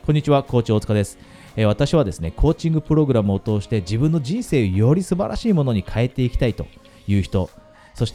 こんにちは、コーチ大塚です。私はですね、コーチングプログラムを通して自分の人生をより素晴らしいものに変えていきたいという人、そして、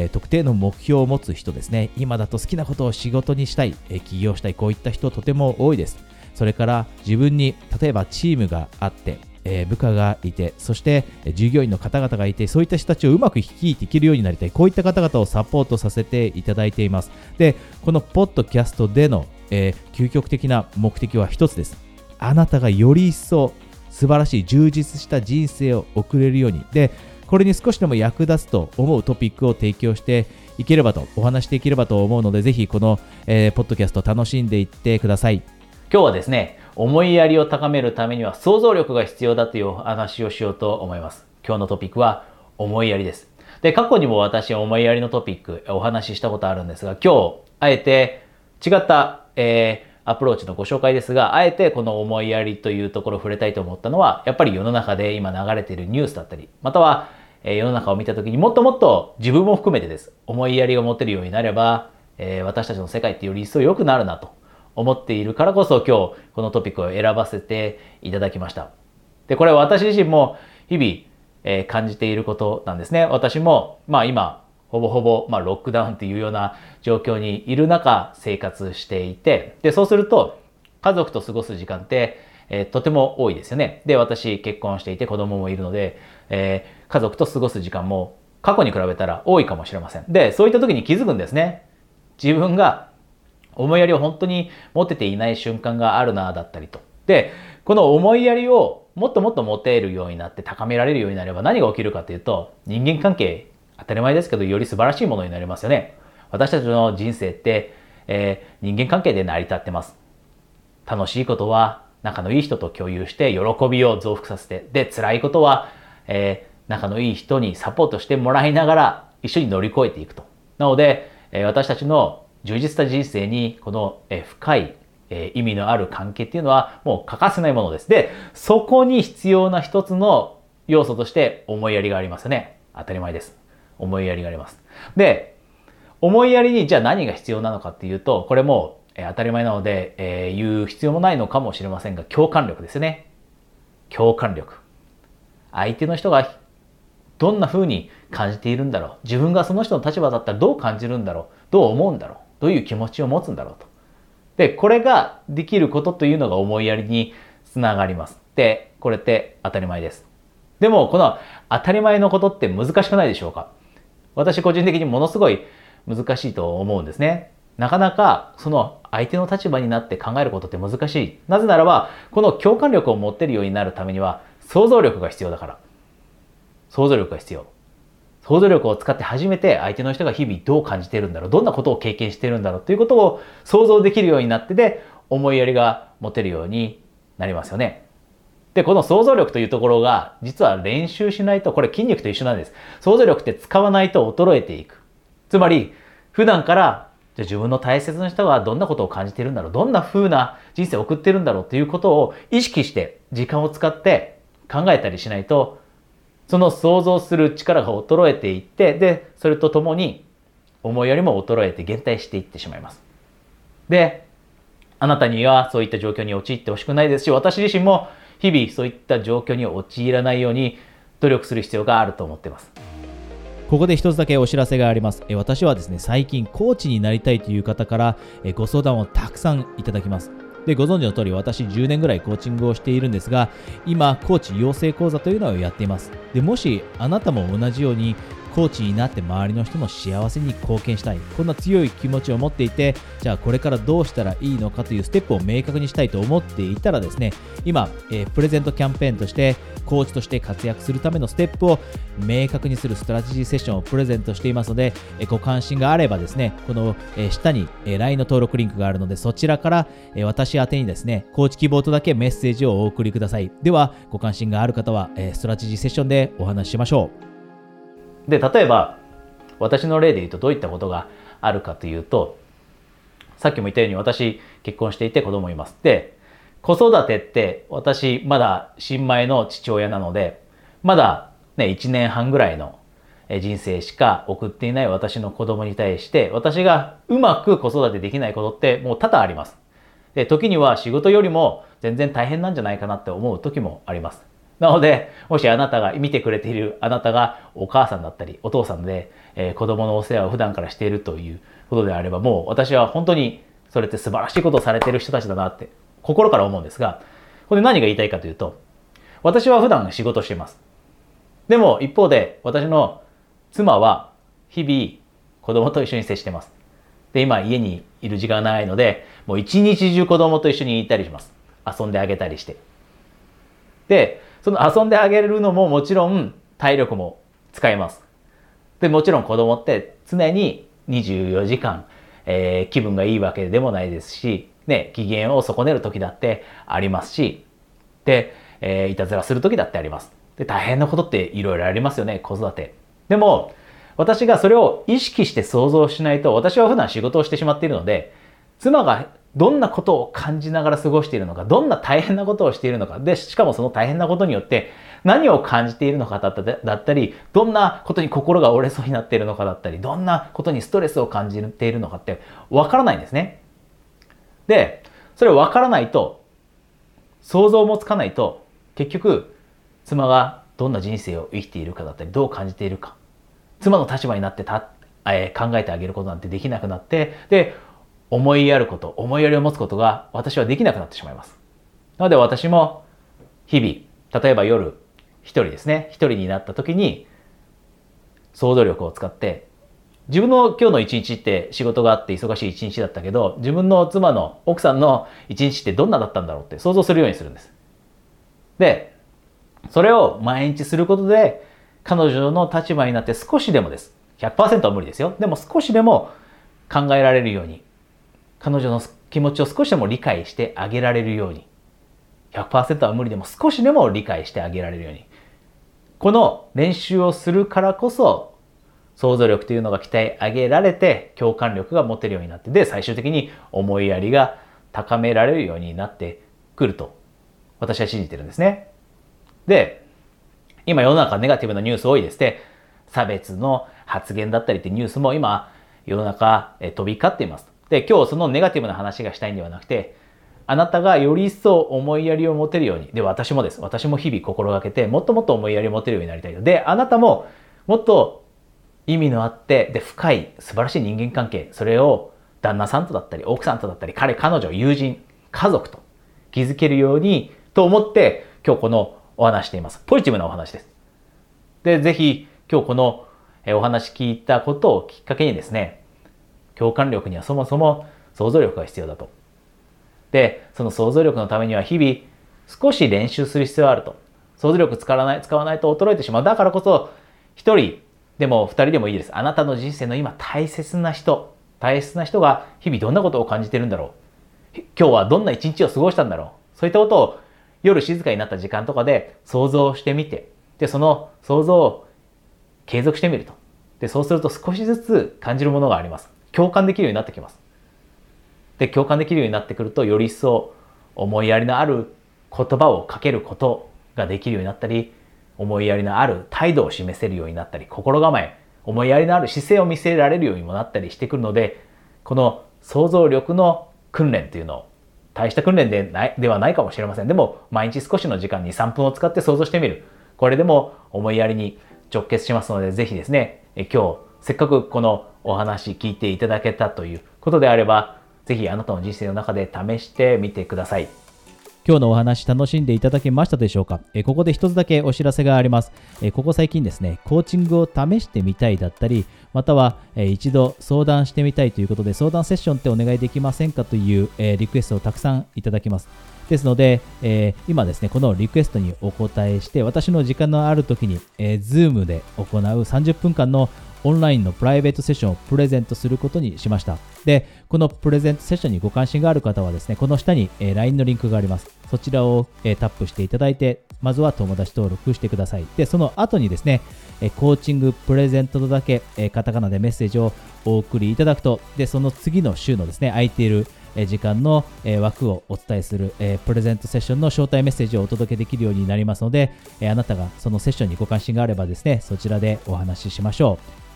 特定の目標を持つ人ですね。今だと好きなことを仕事にしたい、起業したい、こういった人とても多いです。それから自分に例えばチームがあって、部下がいて、そして従業員の方々がいて、そういった人たちをうまく率いていけるようになりたい、こういった方々をサポートさせていただいています。で、このポッドキャストでの、究極的な目的は一つです。あなたがより一層素晴らしい充実した人生を送れるように、でこれに少しでも役立つと思うトピックを提供していければと、お話していければと思うので、ぜひこの、ポッドキャスト楽しんでいってください。 今日はですね、思いやりを高めるためには想像力が必要だというお話をしようと思います。今日のトピックは思いやりです。で、過去にも私思いやりのトピックお話ししたことあるんですが、今日あえて違った、アプローチのご紹介ですが、あえてこの思いやりというところを触れたいと思ったのは、やっぱり世の中で今流れているニュースだったり、または世の中を見た時にもっともっと自分も含めてです。思いやりが持てるようになれば、私たちの世界ってより一層良くなるなと思っているからこそ、今日このトピックを選ばせていただきました。で、これは私自身も日々、感じていることなんですね。私も今ほぼほぼロックダウンというような状況にいる中生活していて、でそうすると家族と過ごす時間って、とても多いですよね。で、私結婚していて子供もいるので、家族と過ごす時間も過去に比べたら多いかもしれません。で、そういった時に気づくんですね。自分が思いやりを本当に持てていない瞬間があるなだったりと。で、この思いやりをもっともっと持てるようになって高められるようになれば何が起きるかというと、人間関係当たり前ですけどより素晴らしいものになりますよね。私たちの人生って、人間関係で成り立ってます。楽しいことは仲のいい人と共有して喜びを増幅させて、で辛いことは、仲のいい人にサポートしてもらいながら一緒に乗り越えていくと。なので、私たちの充実した人生にこの深い意味のある関係っていうのはもう欠かせないものです。で、そこに必要な一つの要素として思いやりがありますよね。当たり前です。思いやりがあります。で、思いやりにじゃあ何が必要なのかっていうと、これも当たり前なので、言う必要もないのかもしれませんが、共感力ですよね。共感力。相手の人がどんな風に感じているんだろう。自分がその人の立場だったらどう感じるんだろう。どう思うんだろう。どういう気持ちを持つんだろうと。で、これができることというのが思いやりにつながります。で、これって当たり前です。でも、この当たり前のことって難しくないでしょうか？私個人的にものすごい難しいと思うんですね。なかなかその相手の立場になって考えることって難しい。なぜならば、この共感力を持っているようになるためには想像力が必要だから。想像力が必要。想像力を使って初めて相手の人が日々どう感じているんだろう、どんなことを経験しているんだろうということを想像できるようになってで、思いやりが持てるようになりますよね。で、この想像力というところが実は練習しないと、これ筋肉と一緒なんです。想像力って使わないと衰えていく。つまり普段からじゃあ自分の大切な人がどんなことを感じているんだろう、どんな風な人生を送っているんだろうということを意識して時間を使って考えたりしないと、その想像する力が衰えていって、でそれとともに思いやりも衰えて減退していってしまいます。で、あなたにはそういった状況に陥ってほしくないですし、私自身も日々そういった状況に陥らないように努力する必要があると思っています。 ここで一つだけお知らせがあります。私はですね、最近コーチになりたいという方からご相談をたくさんいただきます。で、ご存知の通り私10年ぐらいコーチングをしているんですが、今コーチ養成講座というのをやっています。で、もしあなたも同じようにコーチになって周りの人の幸せに貢献したい、こんな強い気持ちを持っていて、じゃあこれからどうしたらいいのかというステップを明確にしたいと思っていたらですね、今、プレゼントキャンペーンとしてコーチとして活躍するためのステップを明確にするストラテジーセッションをプレゼントしていますので、ご関心があればですね、この下に LINE の登録リンクがあるので、そちらから私宛てにですね、コーチ希望とだけメッセージをお送りください。では、ご関心がある方はストラテジーセッションでお話ししましょう。 で、例えば私の例で言うとどういったことがあるかというと、さっきも言ったように私結婚していて子供います。で、子育てって私まだ新米の父親なので、まだね1年半ぐらいの人生しか送っていない私の子供に対して、私がうまく子育てできないことってもう多々あります。 で、時には仕事よりも全然大変なんじゃないかなって思う時もあります。なので、もしあなたが見てくれているあなたがお母さんだったりお父さんで、子供のお世話を普段からしているということであれば、もう私は本当にそれって素晴らしいことをされている人たちだなって心から思うんですが、これ何が言いたいかというと、私は普段仕事しています。でも一方で私の妻は日々子供と一緒に接しています。で、今家にいる時間がないので、もう一日中子供と一緒にいたりします。遊んであげたりして。で、その遊んであげるのももちろん体力も使います。で、もちろん子供って常に24時間、気分がいいわけでもないですし、ね、機嫌を損ねる時だってありますし、で、いたずらする時だってあります。で、大変なことっていろいろありますよね、子育て。でも、私がそれを意識して想像しないと、私は普段仕事をしてしまっているので、妻がどんなことを感じながら過ごしているのか、どんな大変なことをしているのか、で、しかもその大変なことによって何を感じているのかだったり、どんなことに心が折れそうになっているのかだったり、どんなことにストレスを感じているのかってわからないんですね。で、それわからないと、想像もつかないと、結局、妻がどんな人生を生きているかだったり、どう感じているか、妻の立場になって考えてあげることなんてできなくなって、で、思いやること、思いやりを持つことが私はできなくなってしまいます。なので私も日々、例えば夜一人ですね、一人になった時に想像力を使って、自分の今日の一日って仕事があって忙しい一日だったけど、自分の妻の奥さんの一日ってどんなだったんだろうって想像するようにするんです。で、それを毎日することで、彼女の立場になって少しでもです。100% は無理ですよ。でも少しでも考えられるように、彼女の気持ちを少しでも理解してあげられるように、100% は無理でも少しでも理解してあげられるように、この練習をするからこそ、想像力というのが鍛え上げられて、共感力が持てるようになって、で、最終的に思いやりが高められるようになってくると、私は信じてるんですね。で、今世の中ネガティブなニュース多いですね。差別の発言だったりってニュースも今世の中飛び交っています。で、今日そのネガティブな話がしたいんではなくて、あなたがより一層思いやりを持てるように、で、私もです。私も日々心がけて、もっともっと思いやりを持てるようになりたい。で、あなたももっと意味のあって、で、深い素晴らしい人間関係、それを旦那さんとだったり、奥さんとだったり、彼女、友人、家族と築けるようにと思って、今日このお話しています。ポジティブなお話です。で、ぜひ今日このお話聞いたことをきっかけにですね、共感力にはそもそも想像力が必要だと。で、その想像力のためには日々少し練習する必要があると。想像力使わないと衰えてしまう。だからこそ一人でも二人でもいいです。あなたの人生の今大切な人が日々どんなことを感じてるんだろう。今日はどんな一日を過ごしたんだろう。そういったことを夜静かになった時間とかで想像してみて、で、その想像を継続してみると。で、そうすると少しずつ感じるものがあります。共感できるようになってきます。で、共感できるようになってくると、より一層思いやりのある言葉をかけることができるようになったり、思いやりのある態度を示せるようになったり、心構え、思いやりのある姿勢を見せられるようにもなったりしてくるので、この想像力の訓練というのを、大した訓練ではないかもしれません。でも、毎日少しの時間に3分を使って想像してみる。これでも思いやりに直結しますので、ぜひですね、今日、せっかくこのお話聞いていただけたということであれば、ぜひあなたの人生の中で試してみてください。 今日のお話楽しんでいただけましたでしょうか。ここで一つだけお知らせがあります。ここ最近ですね、コーチングを試してみたいだったり、または一度相談してみたいということで、相談セッションってお願いできませんかというリクエストをたくさんいただきます。ですので、今ですね、このリクエストにお答えして、私の時間のある時に、Zoom で行う30分間のオンラインのプライベートセッションをプレゼントすることにしました。で、このプレゼントセッションにご関心がある方はですね、この下に LINE のリンクがあります。そちらをタップしていただいて、まずは友達登録してください。で、その後にですね、コーチングプレゼントとだけカタカナでメッセージをお送りいただくと、で、その次の週のですね、空いている時間の枠をお伝えするプレゼントセッションの招待メッセージをお届けできるようになりますので、あなたがそのセッションにご関心があればですね、そちらでお話ししましょう。